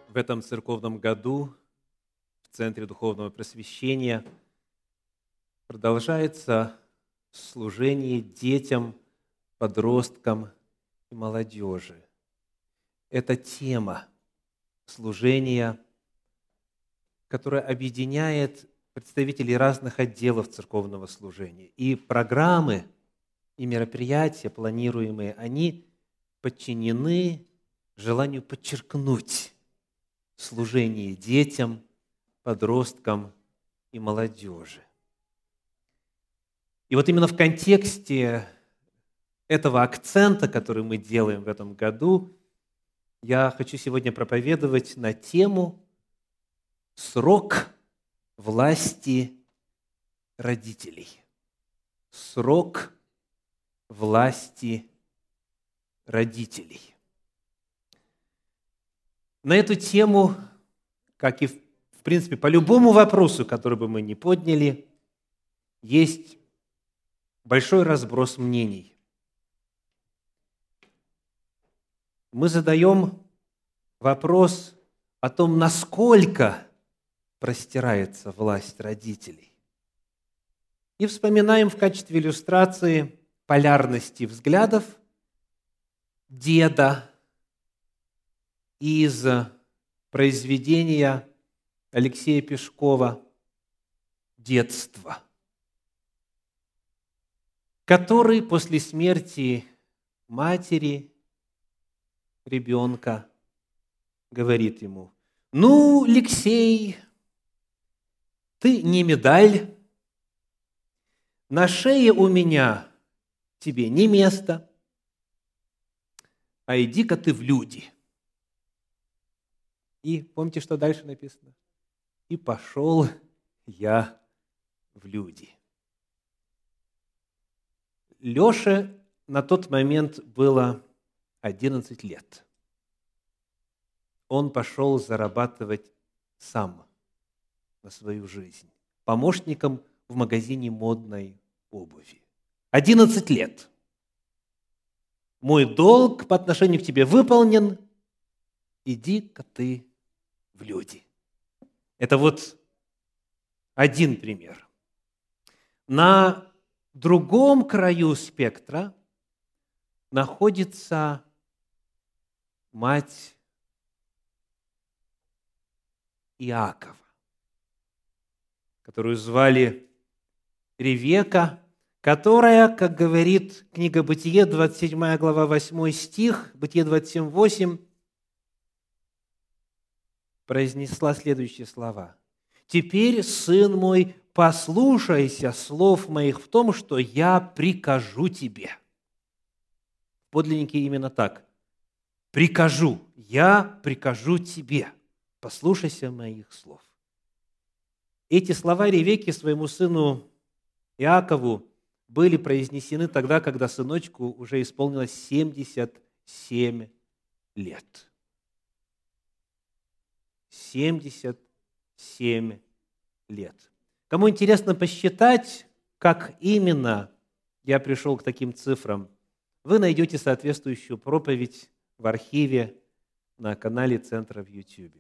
В этом церковном году в Центре Духовного Просвещения продолжается служение детям, подросткам и молодежи. Это тема служения, которая объединяет представителей разных отделов церковного служения. И программы, и мероприятия, планируемые, они подчинены желанию подчеркнуть служение детям, подросткам и молодежи. И вот именно в контексте этого акцента, который мы делаем в этом году, я хочу сегодня проповедовать на тему «Срок власти родителей». Срок власти родителей. На эту тему, как и, в принципе, по любому вопросу, который бы мы ни подняли, есть большой разброс мнений. Мы задаем вопрос о том, насколько простирается власть родителей. И вспоминаем в качестве иллюстрации полярности взглядов деда из произведения Алексея Пешкова «Детство», который после смерти матери ребенка говорит ему: «Ну, Алексей, ты не медаль, на шее у меня тебе не место, а иди-ка ты в люди». И помните, что дальше написано? «И пошел я в люди». Леше на тот момент было 11 лет. Он пошел зарабатывать сам на свою жизнь, помощником в магазине модной обуви. 11 лет. Мой долг по отношению к тебе выполнен, иди-ка ты в люди. Это вот один пример. На другом краю спектра находится мать Иакова, которую звали Ревека, которая, как говорит книга Бытие, 27 глава, 8 стих, Бытие 27, 8, произнесла следующие слова: «Теперь, сын мой, послушайся слов моих в том, что я прикажу тебе». В подлиннике именно так. «Прикажу, я прикажу тебе, послушайся моих слов». Эти слова Ревекки своему сыну Иакову были произнесены тогда, когда сыночку уже исполнилось 77 лет. 77 лет. Кому интересно посчитать, как именно я пришел к таким цифрам, вы найдете соответствующую проповедь в архиве на канале Центра в YouTube.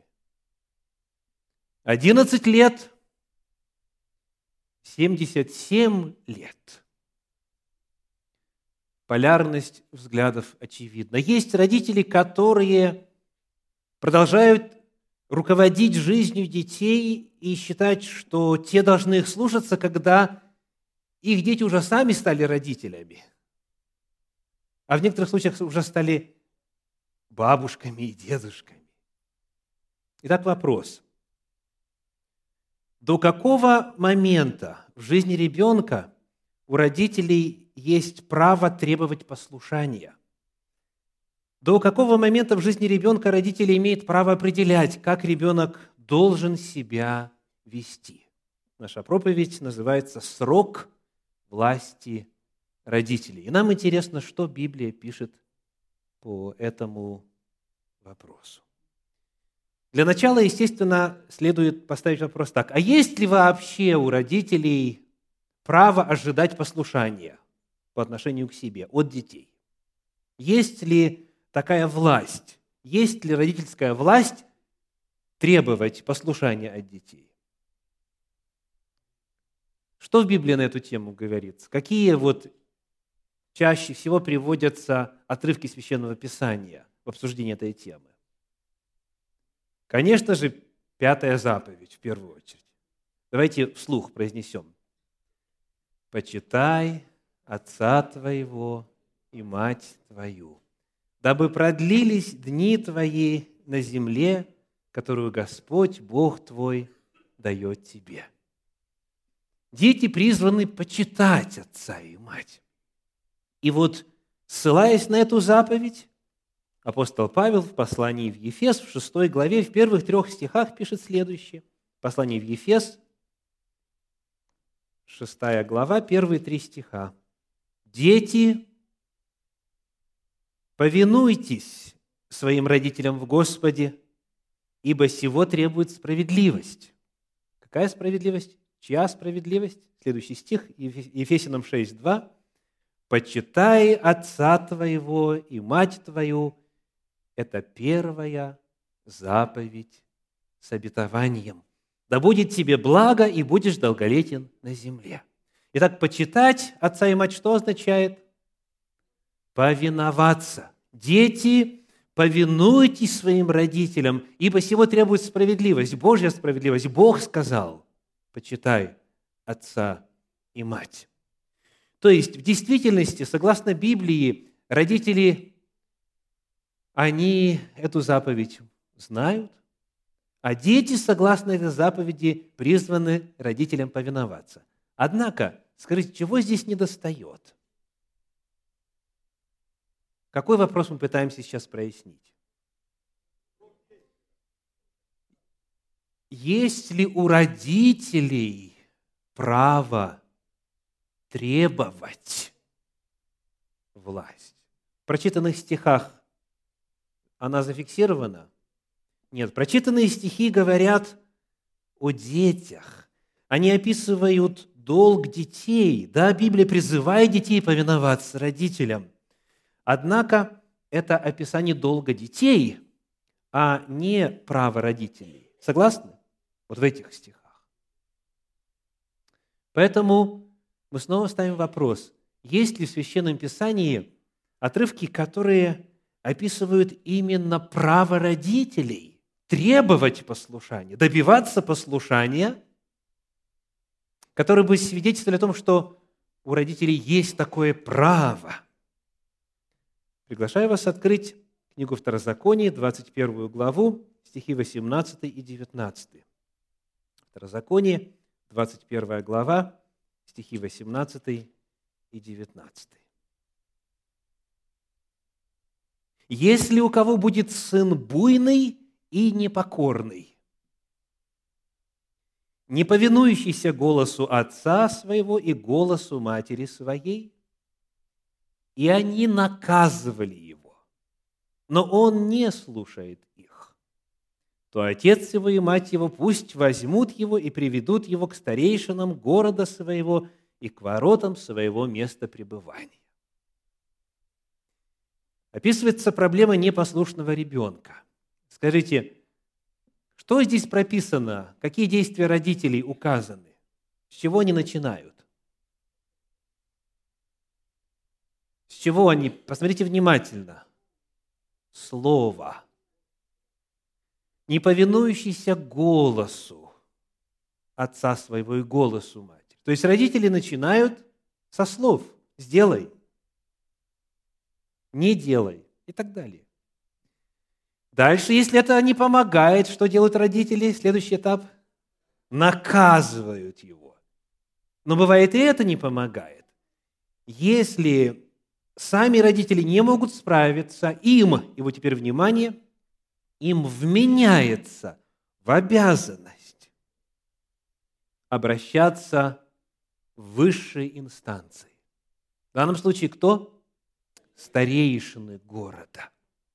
11 лет, 77 лет. Полярность взглядов очевидна. Есть родители, которые продолжают руководить жизнью детей и считать, что те должны их слушаться, когда их дети уже сами стали родителями, а в некоторых случаях уже стали бабушками и дедушками. Итак, вопрос. До какого момента в жизни ребенка у родителей есть право требовать послушания? До какого момента в жизни ребенка родители имеют право определять, как ребенок должен себя вести? Наша проповедь называется «Срок власти родителей». И нам интересно, что Библия пишет по этому вопросу. Для начала, естественно, следует поставить вопрос так: а есть ли вообще у родителей право ожидать послушания по отношению к себе от детей? Есть ли такая власть? Есть ли родительская власть требовать послушания от детей. Что в Библии на эту тему говорится? Какие чаще всего приводятся отрывки Священного Писания в обсуждении этой темы? Конечно же, 5-я заповедь в первую очередь. Давайте вслух произнесем. «Почитай отца твоего и мать твою, дабы продлились дни твои на земле, которую Господь, Бог твой, дает тебе». Дети призваны почитать отца и мать. И ссылаясь на эту заповедь, апостол Павел в послании в Ефес, в 6 главе, в первых 3 стихах пишет следующее. Послание в Ефес, 6 глава, первые 3 стиха. «Дети, повинуйтесь своим родителям в Господе, ибо сего требует справедливость». Какая справедливость? Чья справедливость? Следующий стих, Ефесянам 6:2. «Почитай отца твоего и мать твою». Это первая заповедь с обетованием. «Да будет тебе благо, и будешь долголетен на земле». Итак, почитать отца и мать что означает? Повиноваться. Дети, повинуйтесь своим родителям, ибо сего требует справедливость, Божья справедливость. Бог сказал: почитай отца и мать. То есть, в действительности, согласно Библии, родители, они эту заповедь знают, а дети, согласно этой заповеди, призваны родителям повиноваться. Однако, скажите, чего здесь недостает? Какой вопрос мы пытаемся сейчас прояснить? Есть ли у родителей право требовать власть? В прочитанных стихах она зафиксирована? Нет, прочитанные стихи говорят о детях. Они описывают долг детей. Да, Библия призывает детей повиноваться родителям. Однако это описание долга детей, а не права родителей. Согласны? В этих стихах. Поэтому мы снова ставим вопрос, есть ли в Священном Писании отрывки, которые описывают именно право родителей требовать послушания, добиваться послушания, которые бы свидетельствовали о том, что у родителей есть такое право. Приглашаю вас открыть книгу Второзакония, 21 главу, стихи 18 и 19. Второзаконие, 21 глава, стихи 18 и 19. «Если у кого будет сын буйный и непокорный, не повинующийся голосу отца своего и голосу матери своей, и они наказывали его, но он не слушает их, то отец его и мать его пусть возьмут его и приведут его к старейшинам города своего и к воротам своего места пребывания». Описывается проблема непослушного ребенка. Скажите, что здесь прописано? Какие действия родителей указаны? С чего они начинают? С чего они? Посмотрите внимательно. Слово. Не повинующийся голосу отца своего и голосу матери. То есть родители начинают со слов. «Сделай», «не делай» и так далее. Дальше, если это не помогает, что делают родители? Следующий этап – наказывают его. Но бывает и это не помогает. Если сами родители не могут справиться, им, и вот теперь внимание, им вменяется в обязанность обращаться в высшие инстанции. В данном случае кто? Старейшины города.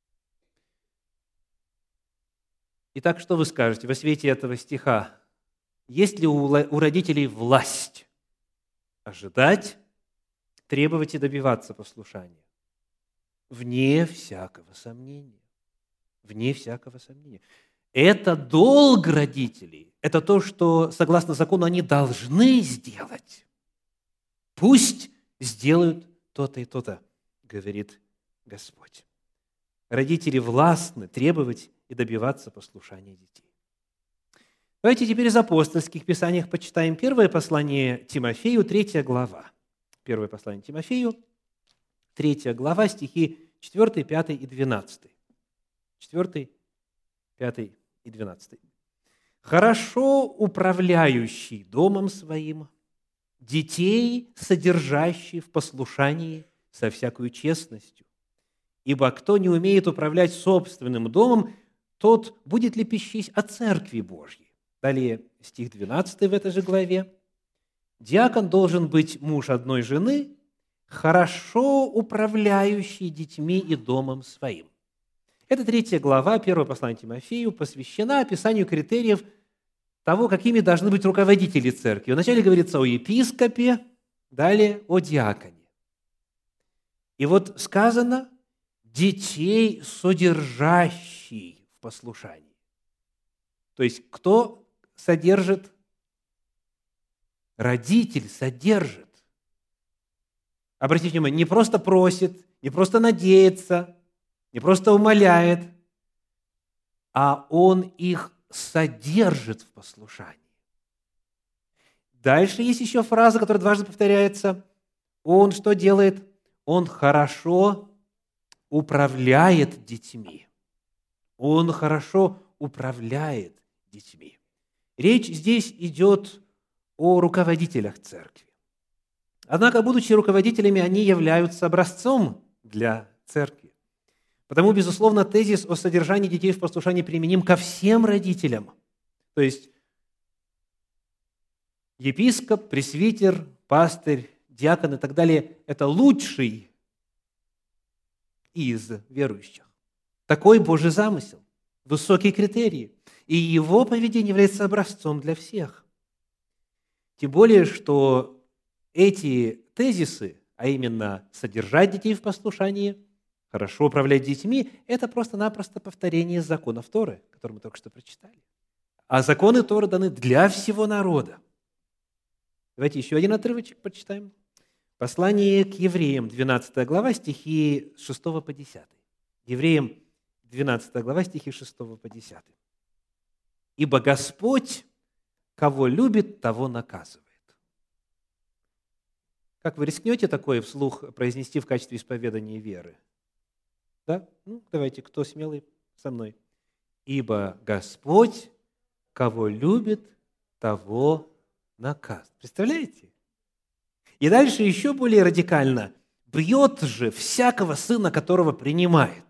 Итак, что вы скажете во свете этого стиха? Есть ли у родителей власть ожидать, требовать и добиваться послушания? Вне всякого сомнения. Вне всякого сомнения. Это долг родителей. Это то, что, согласно закону, они должны сделать. Пусть сделают то-то и то-то, говорит Господь. Родители властны требовать и добиваться послушания детей. Давайте теперь из апостольских писаний почитаем первое послание Тимофею, 3 глава. Первое послание Тимофею, 3 глава, стихи 4, 5 и 12. 4, 5 и 12. «Хорошо управляющий домом своим, детей, содержащий в послушании со всякою честностью. Ибо кто не умеет управлять собственным домом, тот будет лепещись о Церкви Божьей». Далее стих 12 в этой же главе. «Диакон должен быть муж одной жены, хорошо управляющий детьми и домом своим». Это 3 глава 1 послания Тимофею посвящена описанию критериев того, какими должны быть руководители церкви. Вначале говорится о епископе, далее о диаконе. И вот сказано «детей, содержащий в послушании». То есть кто содержит? Родитель содержит. Обратите внимание, не просто просит, не просто надеется, не просто умоляет, а он их содержит в послушании. Дальше есть еще фраза, которая дважды повторяется. Он что делает? Он хорошо управляет детьми. Он хорошо управляет детьми. Речь здесь идет о руководителях церкви. Однако, будучи руководителями, они являются образцом для церкви. Потому, безусловно, тезис о содержании детей в послушании применим ко всем родителям. То есть епископ, пресвитер, пастырь, диакон и так далее – это лучший из верующих. Такой Божий замысел, высокие критерии. И его поведение является образцом для всех. Тем более, что эти тезисы, а именно содержать детей в послушании, хорошо управлять детьми, это просто-напросто повторение законов Торы, которые мы только что прочитали. А законы Торы даны для всего народа. Давайте еще один отрывочек прочитаем. Послание к евреям, 12 глава, стихи с 6 по 10. Евреям, 12 глава, стихи с 6 по 10. «Ибо Господь, кого любит, того наказывает». Как вы рискнете такое вслух произнести в качестве исповедания веры? Да? Давайте, кто смелый со мной? «Ибо Господь, кого любит, того наказывает». Представляете? И дальше еще более радикально. «Бьет же всякого сына, которого принимает».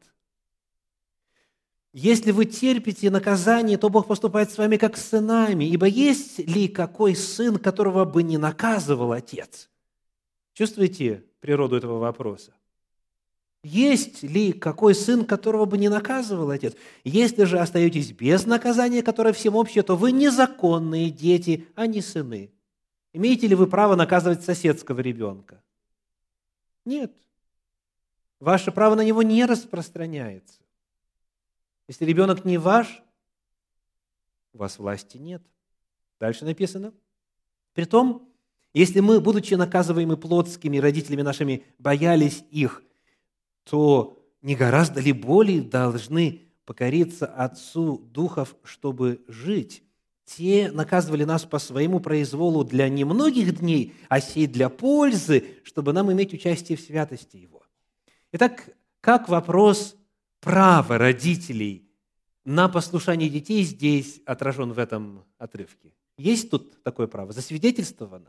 Если вы терпите наказание, то Бог поступает с вами как с сынами, ибо есть ли какой сын, которого бы не наказывал отец? Чувствуете природу этого вопроса? Есть ли какой сын, которого бы не наказывал отец? Если же остаетесь без наказания, которое всем общее, то вы незаконные дети, а не сыны. Имеете ли вы право наказывать соседского ребенка? Нет. Ваше право на него не распространяется. Если ребенок не ваш, у вас власти нет. Дальше написано. Притом, если мы, будучи наказываемы плотскими родителями нашими, боялись их, то не гораздо ли более должны покориться Отцу Духов, чтобы жить? Те наказывали нас по своему произволу для немногих дней, а сей для пользы, чтобы нам иметь участие в святости Его. Итак, как вопрос права родителей на послушание детей здесь отражен в этом отрывке? Есть тут такое право? Засвидетельствовано?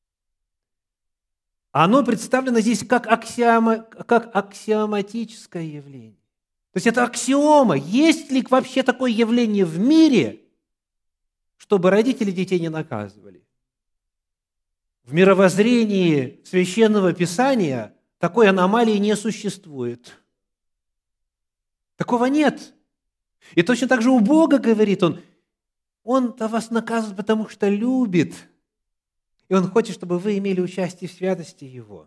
Оно представлено здесь как аксиоматическое явление. То есть это аксиома. Есть ли вообще такое явление в мире, чтобы родители детей не наказывали? В мировоззрении Священного Писания такой аномалии не существует. Такого нет. И точно так же у Бога, говорит Он-то вас наказывает, потому что любит. И Он хочет, чтобы вы имели участие в святости Его.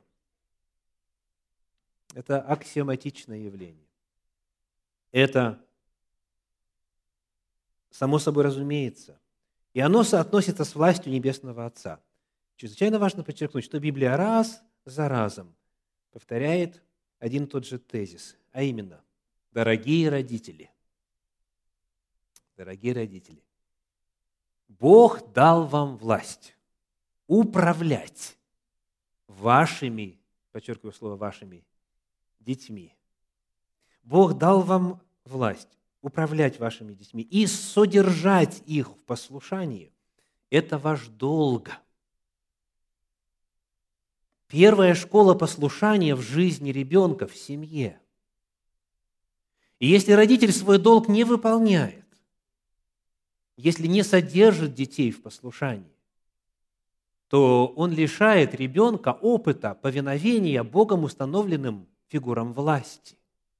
Это аксиоматичное явление. Это само собой разумеется. И оно соотносится с властью Небесного Отца. Чрезвычайно важно подчеркнуть, что Библия раз за разом повторяет один и тот же тезис, а именно, дорогие родители, Бог дал вам власть управлять вашими, подчеркиваю слово «вашими», детьми. Бог дал вам власть управлять вашими детьми и содержать их в послушании. Это ваш долг. Первая школа послушания в жизни ребенка в семье. И если родитель свой долг не выполняет, если не содержит детей в послушании, то он лишает ребенка опыта повиновения Богом установленным фигурам власти.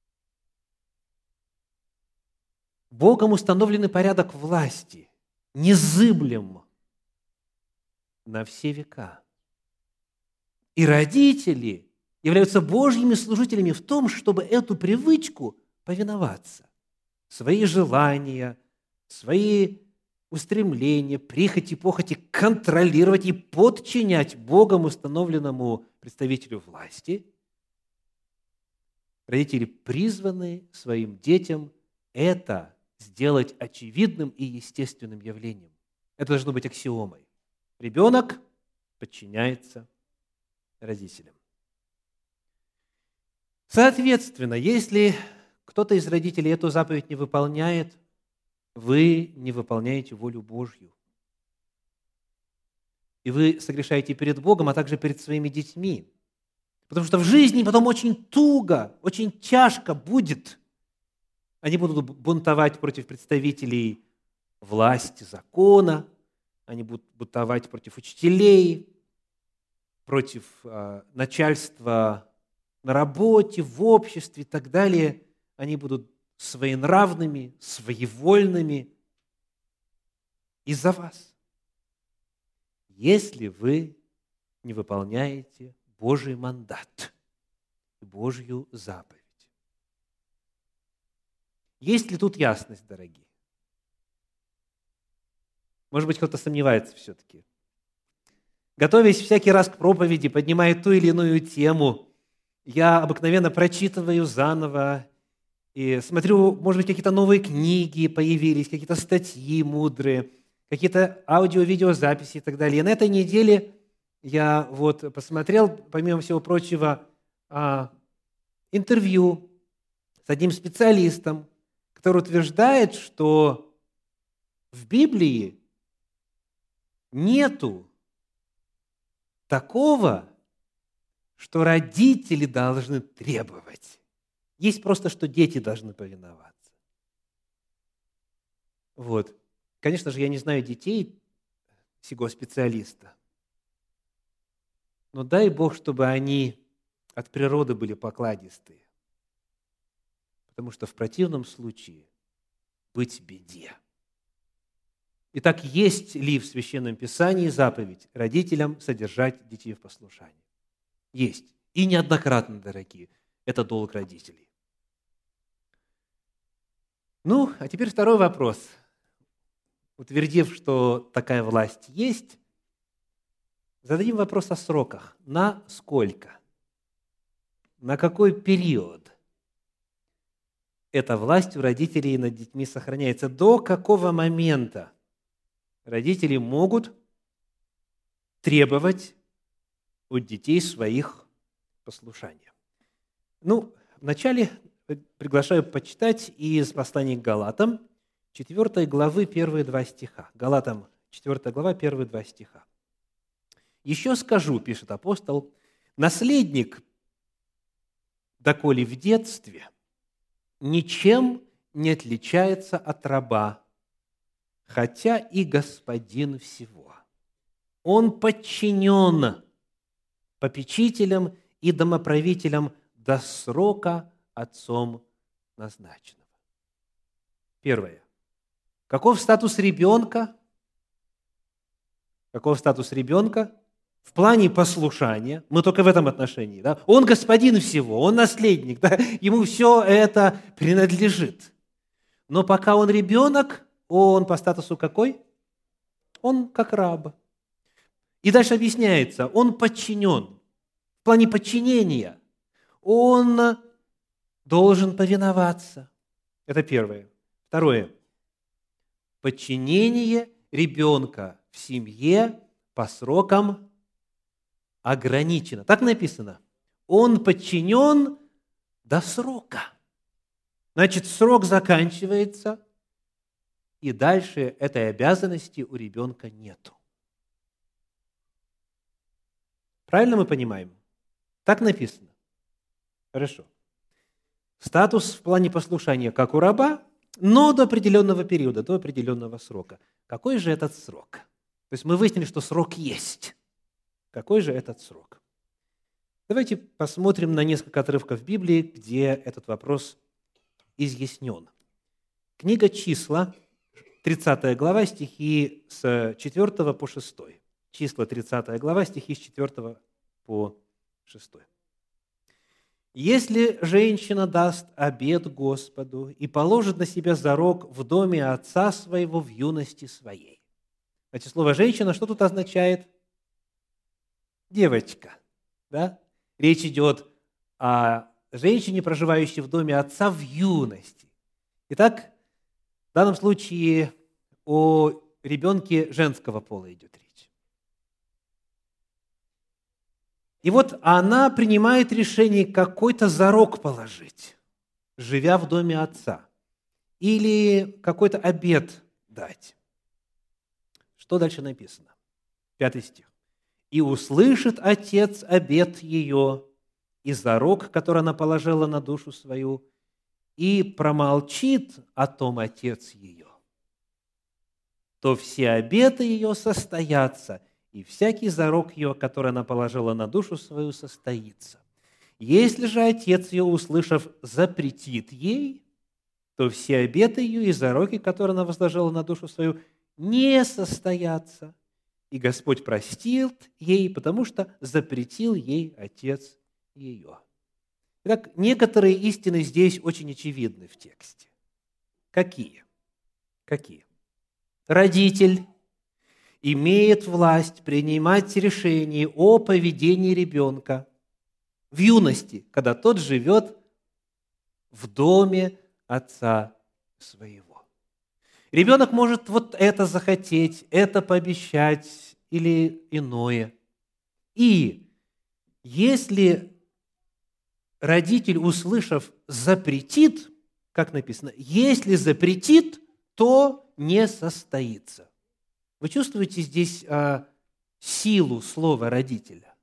Богом установленный порядок власти незыблем на все века. И родители являются Божьими служителями в том, чтобы эту привычку повиноваться, свои желания, свои устремления, прихоти, похоти контролировать и подчинять Богом установленному представителю власти. Родители призваны своим детям это сделать очевидным и естественным явлением. Это должно быть аксиомой. Ребенок подчиняется родителям. Соответственно, если кто-то из родителей эту заповедь не выполняет, вы не выполняете волю Божью. И вы согрешаете перед Богом, а также перед своими детьми. Потому что в жизни потом очень туго, очень тяжко будет. Они будут бунтовать против представителей власти, закона, они будут бунтовать против учителей, против начальства на работе, в обществе и так далее. Они будут своенравными, своевольными из-за вас, если вы не выполняете Божий мандат, Божью заповедь. Есть ли тут ясность, дорогие? Может быть, кто-то сомневается все-таки. Готовясь всякий раз к проповеди, поднимая ту или иную тему, я обыкновенно прочитываю заново и смотрю, может быть, какие-то новые книги появились, какие-то статьи мудрые, какие-то аудио-видеозаписи и так далее. И на этой неделе я посмотрел, помимо всего прочего, интервью с одним специалистом, который утверждает, что в Библии нету такого, что родители должны требовать. Есть просто, что дети должны повиноваться. Конечно же, я не знаю детей сего специалиста, но дай Бог, чтобы они от природы были покладистые, потому что в противном случае быть беде. Итак, есть ли в Священном Писании заповедь родителям содержать детей в послушании? Есть. И неоднократно, дорогие. Это долг родителей. А теперь второй вопрос. Утвердив, что такая власть есть, зададим вопрос о сроках. На сколько? На какой период эта власть у родителей над детьми сохраняется? До какого момента родители могут требовать от детей своих послушания? Вначале приглашаю почитать из послания к Галатам, 4 главы, первые 2 стиха. Галатам, 4 глава, первые 2 стиха. «Еще скажу, — пишет апостол, — наследник, доколе в детстве, ничем не отличается от раба, хотя и господин всего. Он подчинен попечителям и домоправителям до срока отцом назначенного». Первое. Каков статус ребенка? Каков статус ребенка в плане послушания? Мы только в этом отношении. Да? Он господин всего, он наследник, да? Ему все это принадлежит. Но пока он ребенок, Он по статусу какой? Он как раб. И дальше объясняется, он подчинен. В плане подчинения он должен повиноваться. Это первое. Второе. Подчинение ребенка в семье по срокам ограничено. Так написано. Он подчинен до срока. Значит, срок заканчивается, и дальше этой обязанности у ребенка нету. Правильно мы понимаем? Так написано. Хорошо. Статус в плане послушания, как у раба, но до определенного периода, до определенного срока. Какой же этот срок? То есть мы выяснили, что срок есть. Какой же этот срок? Давайте посмотрим на несколько отрывков Библии, где этот вопрос изъяснен. Книга «Числа», 30 глава, стихи с 4 по 6. Числа, 30 глава, стихи с 4 по 6. «Если женщина даст обет Господу и положит на себя зарок в доме отца своего в юности своей». Значит, слово «женщина» что тут означает? Девочка. Да? Речь идет о женщине, проживающей в доме отца в юности. Итак, в данном случае о ребенке женского пола идет речь. И вот она принимает решение какой-то зарок положить, живя в доме отца, или какой-то обет дать. Что дальше написано? 5 стих. «И услышит отец обет ее и зарок, который она положила на душу свою, и промолчит о том отец ее, то все обеты ее состоятся, и всякий зарок ее, который она положила на душу свою, состоится. Если же отец ее, услышав, запретит ей, то все обеты ее и зароки, которые она возложила на душу свою, не состоятся, и Господь простит ей, потому что запретил ей отец ее». Итак, некоторые истины здесь очень очевидны в тексте. Какие? Какие? Родитель имеет власть принимать решения о поведении ребенка в юности, когда тот живет в доме отца своего. Ребенок может вот это захотеть, это пообещать или иное. И если родитель, услышав, запретит, как написано, если запретит, то не состоится. Вы чувствуете здесь силу слова родителя?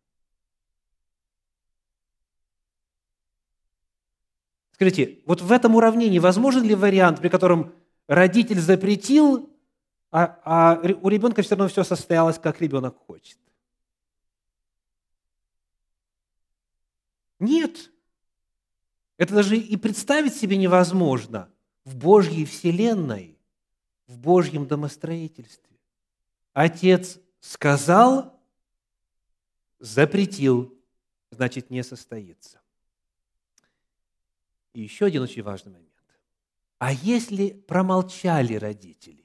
Скажите, вот в этом уравнении возможен ли вариант, при котором родитель запретил, а у ребенка все равно все состоялось, как ребенок хочет? Нет. Это даже и представить себе невозможно в Божьей вселенной, в Божьем домостроительстве. Отец сказал, запретил, значит, не состоится. И еще один очень важный момент. А если промолчали родители?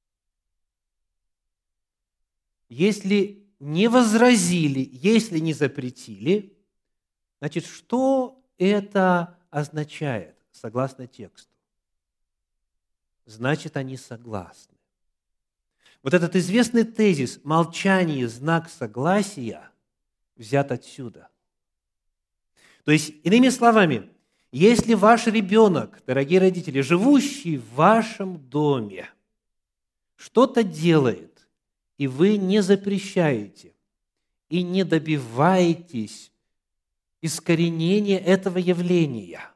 Если не возразили, если не запретили, значит, что это означает, согласно тексту? Значит, они согласны. Вот этот известный тезис «молчание – знак согласия» взят отсюда. То есть, иными словами, если ваш ребенок, дорогие родители, живущий в вашем доме, что-то делает, и вы не запрещаете, и не добиваетесь искоренения этого явления,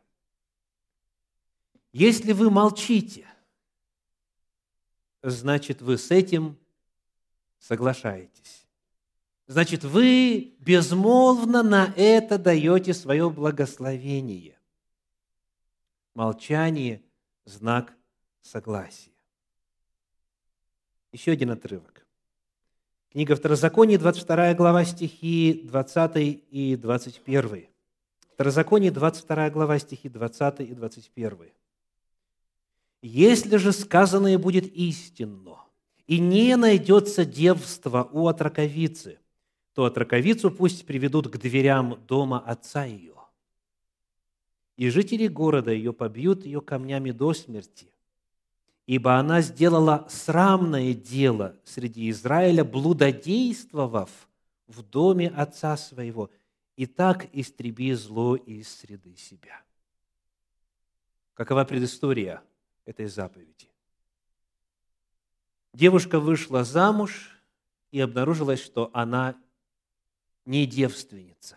если вы молчите, значит, вы с этим соглашаетесь. Значит, вы безмолвно на это даете свое благословение. Молчание – знак согласия. Еще один отрывок. Книга Второзаконие, 22 глава, стихи 20 и 21. Второзаконие, 22 глава, стихи 20 и 21. Если же сказанное будет истинно, и не найдется девства у отроковицы, то отроковицу пусть приведут к дверям дома отца ее. И жители города ее побьют ее камнями до смерти, ибо она сделала срамное дело среди Израиля, блудодействовав в доме отца своего, и так истреби зло из среды себя». Какова предыстория этой заповеди? Девушка вышла замуж, и обнаружилось, что она не девственница.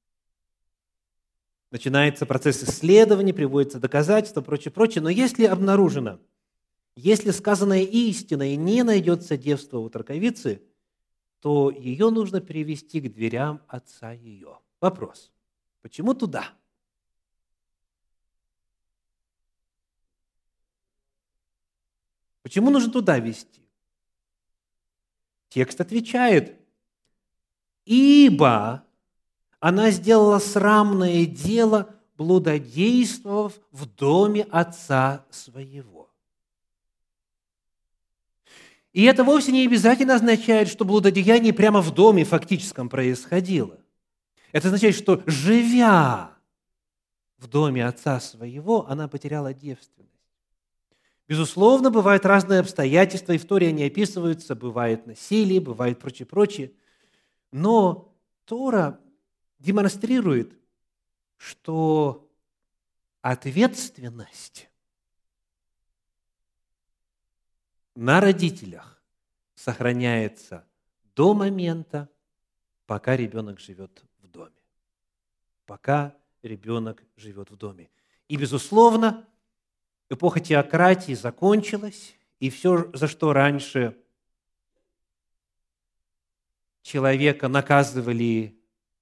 Начинается процесс исследований, приводятся доказательства, прочее, прочее. Но если обнаружено, если сказанное истина и не найдется девства у отроковицы, то ее нужно перевести к дверям отца ее. Вопрос: почему туда? Почему нужно туда вести? Текст отвечает: ибо она сделала срамное дело, блудодействовав в доме отца своего. И это вовсе не обязательно означает, что блудодеяние прямо в доме фактическом происходило. Это означает, что, живя в доме отца своего, она потеряла девственность. Безусловно, бывают разные обстоятельства, и в Торе они описываются, бывает насилие, бывает прочее. Но Тора демонстрирует, что ответственность на родителях сохраняется до момента, пока ребенок живет в доме. Пока ребенок живет в доме. И, безусловно, эпоха теократии закончилась, и все, за что раньше человека наказывали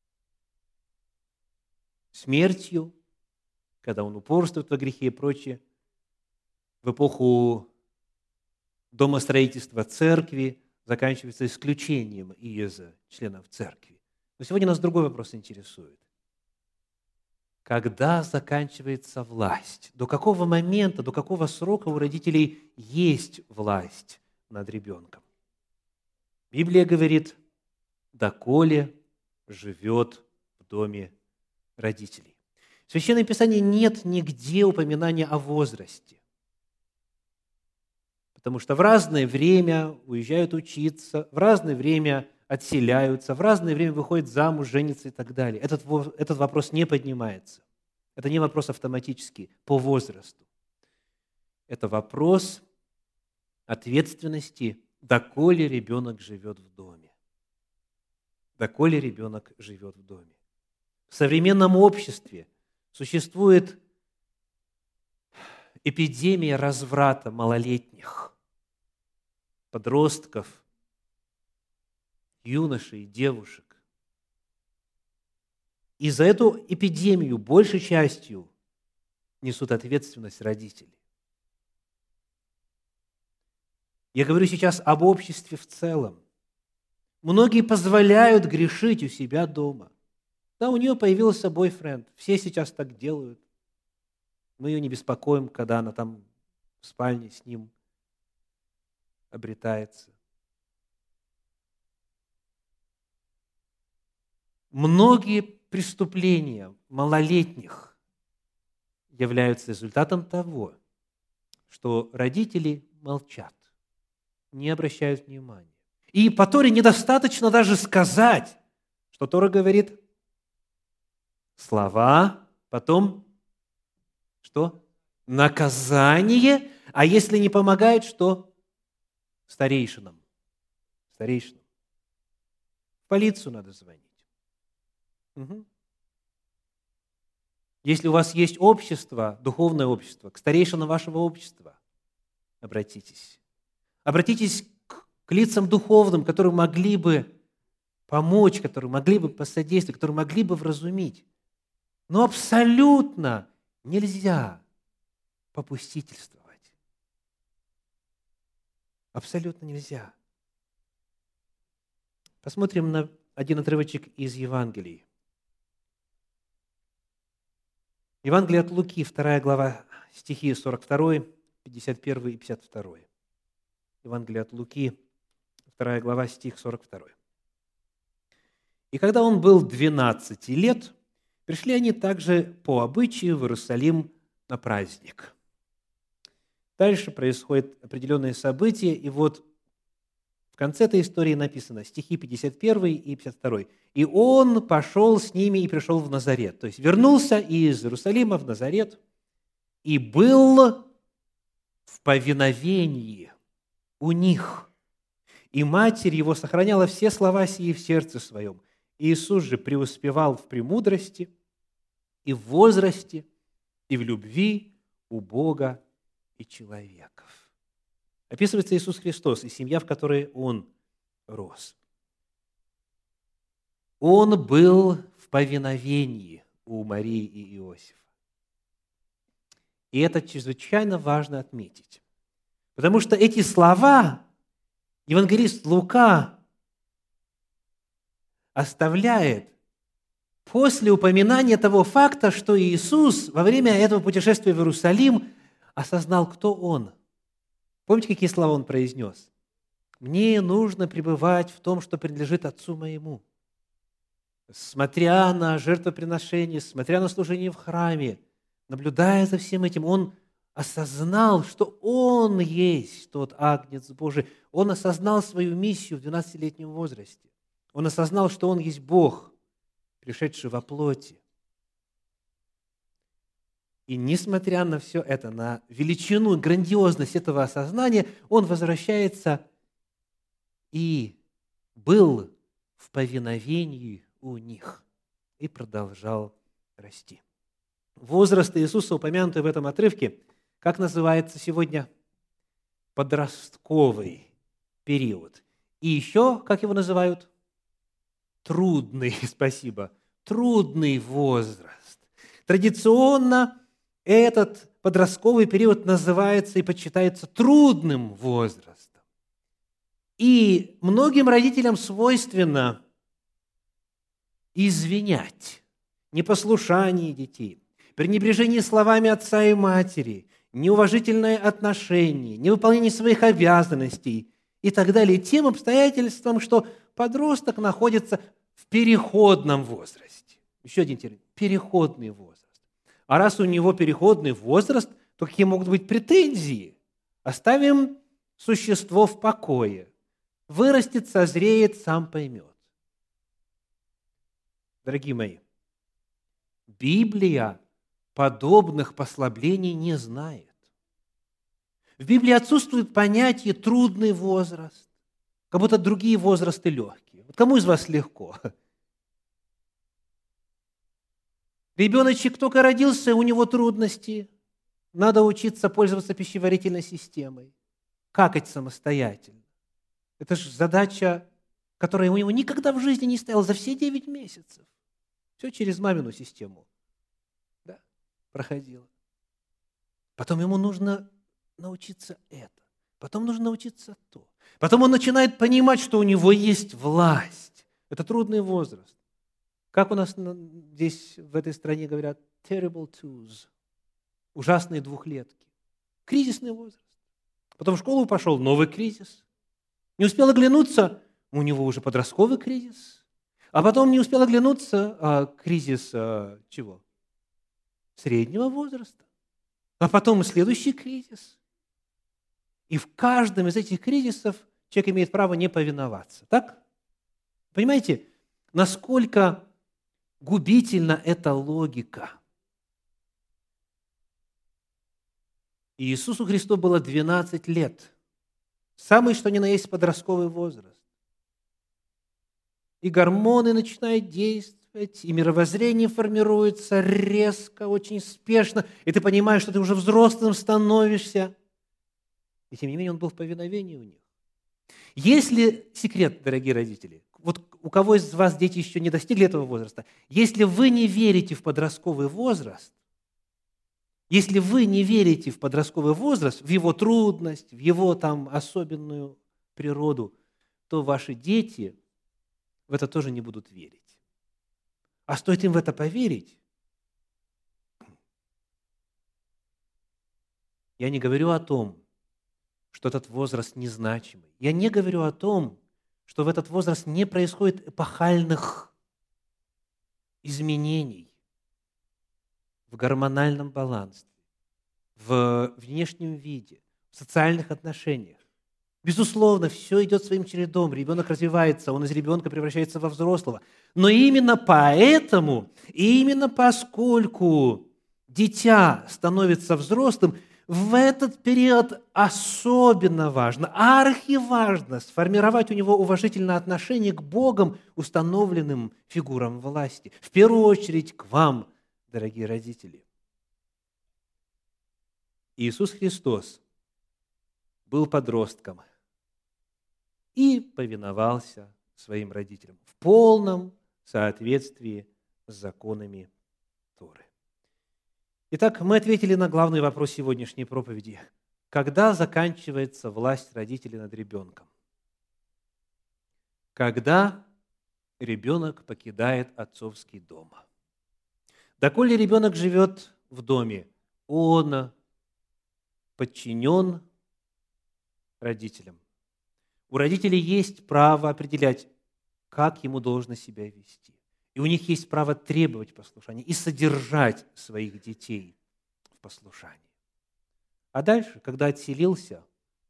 смертью, когда он упорствует во грехе и прочее, в эпоху домостроительства церкви заканчивается исключением из членов церкви. Но сегодня нас другой вопрос интересует. Когда заканчивается власть? До какого момента, до какого срока у родителей есть власть над ребенком? Библия говорит: доколе живет в доме родителей. В Священном Писании нет нигде упоминания о возрасте, потому что в разное время уезжают учиться, в разное время отселяются, в разное время выходят замуж, женятся и так далее. Этот вопрос не поднимается. Это не вопрос автоматический по возрасту. Это вопрос ответственности, доколе ребенок живет в доме. Доколе ребенок живет в доме. В современном обществе существует эпидемия разврата малолетних, подростков, юношей, девушек. И за эту эпидемию большей частью несут ответственность родители. Я говорю сейчас об обществе в целом. Многие позволяют грешить у себя дома. Да, у нее появился бойфренд, все сейчас так делают. Мы ее не беспокоим, когда она там в спальне с ним обретается. Многие преступления малолетних являются результатом того, что родители молчат, не обращают внимания. И по Торе недостаточно даже сказать, что Тора говорит: слова, потом что? Наказание, а если не помогает, что? Старейшинам. В полицию надо звонить. Угу. Если у вас есть общество, духовное общество, к старейшинам вашего общества обратитесь. Обратитесь к лицам духовным, которые могли бы помочь, которые могли бы посодействовать, которые могли бы вразумить. Но абсолютно нельзя попустительствовать. Абсолютно нельзя. Посмотрим на один отрывочек из Евангелий. Евангелие от Луки, 2 глава, стихи 42-52. 51 и 52. Евангелие от Луки, 2 глава, стих 42. «И когда он был 12 лет, пришли они также по обычаю в Иерусалим на праздник». Дальше происходят определенные события, и вот в конце этой истории написано, стихи 51 и 52. «И он пошел с ними и пришел в Назарет». То есть вернулся из Иерусалима в Назарет и был в повиновении у них. И матерь его сохраняла все слова сии в сердце своем. Иисус же преуспевал в премудрости и в возрасте, и в любви у Бога и человеков. Описывается Иисус Христос и семья, в которой Он рос. Он был в повиновении у Марии и Иосифа. И это чрезвычайно важно отметить, потому что эти слова евангелист Лука оставляет после упоминания того факта, что Иисус во время этого путешествия в Иерусалим осознал, кто Он. Помните, какие слова Он произнес? «Мне нужно пребывать в том, что принадлежит Отцу моему». Смотря на жертвоприношение, смотря на служение в храме, наблюдая за всем этим, Он осознал, что Он есть тот Агнец Божий. Он осознал свою миссию в 12-летнем возрасте. Он осознал, что Он есть Бог, пришедший во плоти. И несмотря на все это, на величину и грандиозность этого осознания, Он возвращается и был в повиновении у них и продолжал расти. Возраст Иисуса, упомянутый в этом отрывке, как называется сегодня? Подростковый период. И еще, как его называют? Трудный, спасибо, трудный возраст. Традиционно этот подростковый период называется и почитается трудным возрастом. И многим родителям свойственно извинять непослушание детей, пренебрежение словами отца и матери, неуважительное отношение, невыполнение своих обязанностей и так далее, тем обстоятельством, что подросток находится в переходном возрасте. Еще один термин – переходный возраст. А раз у него переходный возраст, то какие могут быть претензии? Оставим существо в покое. Вырастет, созреет, сам поймет. Дорогие мои, Библия подобных послаблений не знает. В Библии отсутствует понятие «трудный возраст», как будто другие возрасты легкие. Вот кому из вас легко? Ребеночек только родился, у него трудности. Надо учиться пользоваться пищеварительной системой, какать самостоятельно. Это же задача, которая у него никогда в жизни не стояла за все 9 месяцев. Все через мамину систему проходило. Потом ему нужно научиться это. Потом нужно научиться то. Потом он начинает понимать, что у него есть власть. Это трудный возраст. Как у нас здесь, в этой стране говорят, terrible twos, ужасные двухлетки. Кризисный возраст. Потом в школу пошел, новый кризис. Не успел оглянуться, у него уже подростковый кризис. А потом не успел оглянуться, кризис чего? Среднего возраста. А потом и следующий кризис. И в каждом из этих кризисов человек имеет право не повиноваться. Так? Понимаете, насколько губительна эта логика? Иисусу Христу было 12 лет. Самый, что ни на есть, подростковый возраст. И гормоны начинают действовать, и мировоззрение формируется резко, очень спешно, и ты понимаешь, что ты уже взрослым становишься. И тем не менее он был в повиновении у них. Если секрет, дорогие родители, вот у кого из вас дети еще не достигли этого возраста, если вы не верите в подростковый возраст, если вы не верите в подростковый возраст, в его трудность, в его там особенную природу, то ваши дети в это тоже не будут верить. А стоит им в это поверить, Я не говорю о том, что этот возраст незначимый. Я не говорю о том, что в этот возраст не происходит эпохальных изменений в гормональном балансе, в внешнем виде, в социальных отношениях. Безусловно, все идет своим чередом. Ребенок развивается, он из ребенка превращается во взрослого. Но именно поэтому, именно поскольку дитя становится взрослым, в этот период особенно важно, архиважно сформировать у него уважительное отношение к Богом, установленным фигурам власти. В первую очередь к вам, дорогие родители. Иисус Христос был подростком и повиновался своим родителям в полном соответствии с законами Торы. Итак, мы ответили на главный вопрос сегодняшней проповеди. Когда заканчивается власть родителей над ребенком? Когда ребенок покидает отцовский дом. Доколе ребенок живет в доме, он подчинен родителям. У родителей есть право определять, как ему должно себя вести. И у них есть право требовать послушания и содержать своих детей в послушании. А дальше, когда отселился,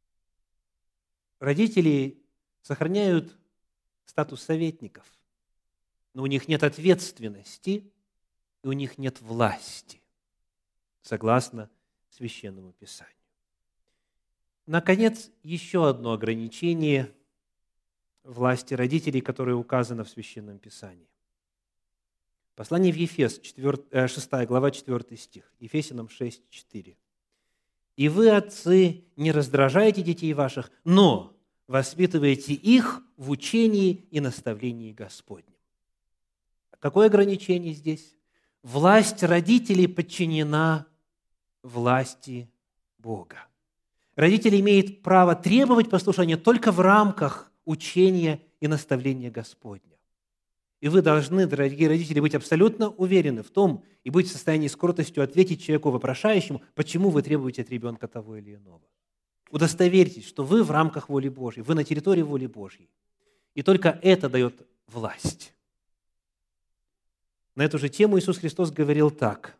родители сохраняют статус советников, но у них нет ответственности и у них нет власти, согласно Священному Писанию. Наконец, еще одно ограничение власти родителей, которое указано в Священном Писании. Послание в Ефес, 6 глава, 4 стих, Ефесянам 6, 4. «И вы, отцы, не раздражайте детей ваших, но воспитывайте их в учении и наставлении Господнем». Какое ограничение здесь? Власть родителей подчинена власти Бога. Родители имеют право требовать послушания только в рамках учения и наставления Господня. И вы должны, дорогие родители, быть абсолютно уверены в том и быть в состоянии с кротостью ответить человеку вопрошающему, почему вы требуете от ребенка того или иного. Удостоверьтесь, что вы в рамках воли Божьей, вы на территории воли Божьей. И только это дает власть. На эту же тему Иисус Христос говорил так.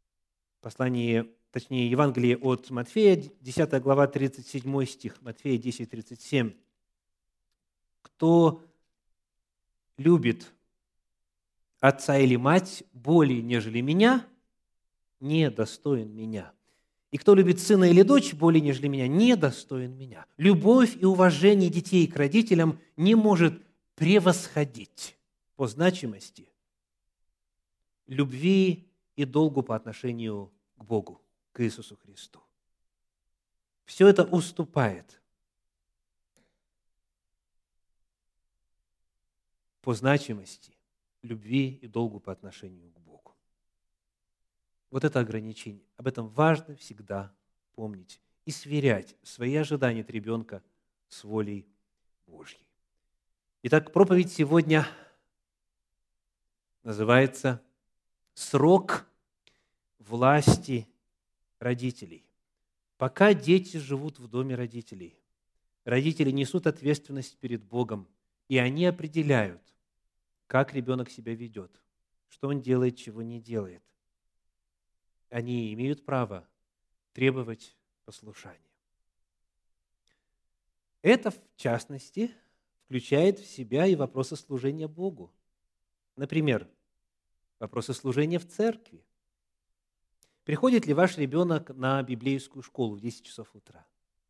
Евангелие от Матфея, 10 глава, 37 стих, Матфея 10, 37. «Кто любит отца или мать более, нежели меня, не достоин меня. И кто любит сына или дочь более, нежели меня, не достоин меня». Любовь и уважение детей к родителям не может превосходить по значимости любви и долгу по отношению к Богу, к Иисусу Христу. Все это уступает по значимости любви и долгу по отношению к Богу. Вот это ограничение. Об этом важно всегда помнить и сверять свои ожидания от ребенка с волей Божьей. Итак, проповедь сегодня называется «Срок власти родителей». Пока дети живут в доме родителей, родители несут ответственность перед Богом, и они определяют, как ребенок себя ведет, что он делает, чего не делает. Они имеют право требовать послушания. Это, в частности, включает в себя и вопросы служения Богу. Например, вопросы служения в церкви. Приходит ли ваш ребенок на библейскую школу в 10 часов утра?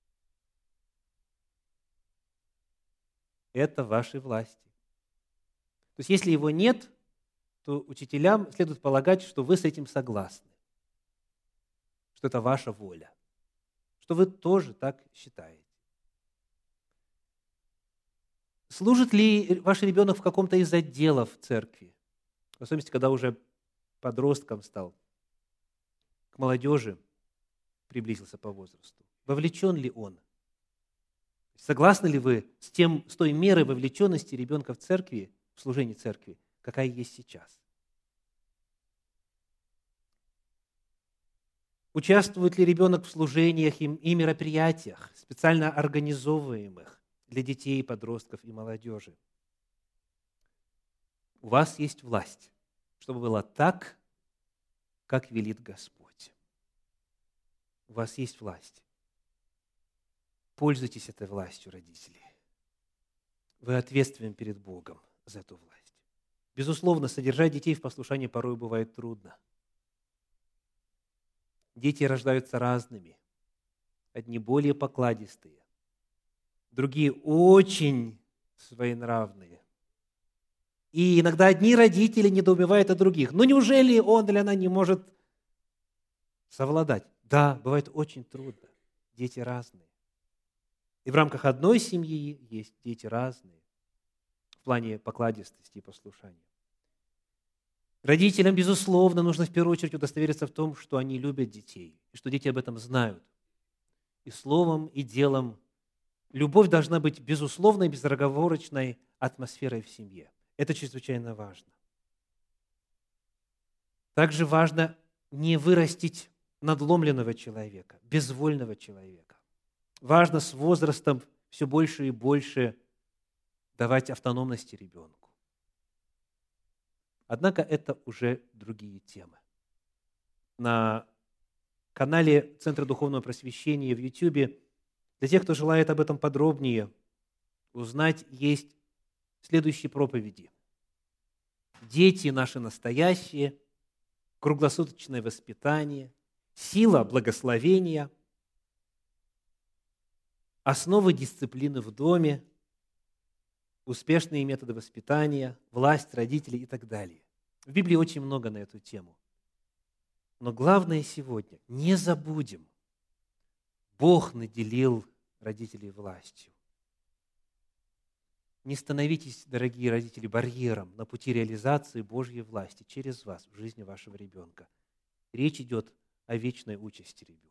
Это в вашей власти. То есть, если его нет, то учителям следует полагать, что вы с этим согласны, что это ваша воля, что вы тоже так считаете. Служит ли ваш ребенок в каком-то из отделов церкви, в особенности, когда уже подростком стал, к молодежи приблизился по возрасту? Вовлечен ли он? Согласны ли вы с той мерой вовлеченности ребенка в церкви, в служении церкви, какая есть сейчас? Участвует ли ребенок в служениях и мероприятиях, специально организовываемых для детей, подростков и молодежи? У вас есть власть, чтобы было так, как велит Господь. У вас есть власть. Пользуйтесь этой властью, родители. Вы ответственны перед Богом за эту власть. Безусловно, содержать детей в послушании порой бывает трудно. Дети рождаются разными. Одни более покладистые, другие очень своенравные. И иногда одни родители недоумевают о других. Ну неужели он или она не может совладать? Да, бывает очень трудно. Дети разные. И в рамках одной семьи есть дети разные в плане покладистости и послушания. Родителям, безусловно, нужно в первую очередь удостовериться в том, что они любят детей, и что дети об этом знают. И словом, и делом любовь должна быть безусловной, безоговорочной атмосферой в семье. Это чрезвычайно важно. Также важно не вырастить надломленного человека, безвольного человека. Важно с возрастом все больше и больше давать автономности ребенку. Однако это уже другие темы. На канале Центра Духовного Просвещения в YouTube для тех, кто желает об этом подробнее узнать, есть следующие проповеди. Дети наши настоящие, круглосуточное воспитание, сила благословения, основы дисциплины в доме, успешные методы воспитания, власть родителей и так далее. В Библии очень много на эту тему. Но главное сегодня, не забудем, Бог наделил родителей властью. Не становитесь, дорогие родители, барьером на пути реализации Божьей власти через вас в жизни вашего ребенка. Речь идет о вечной участи ребенка.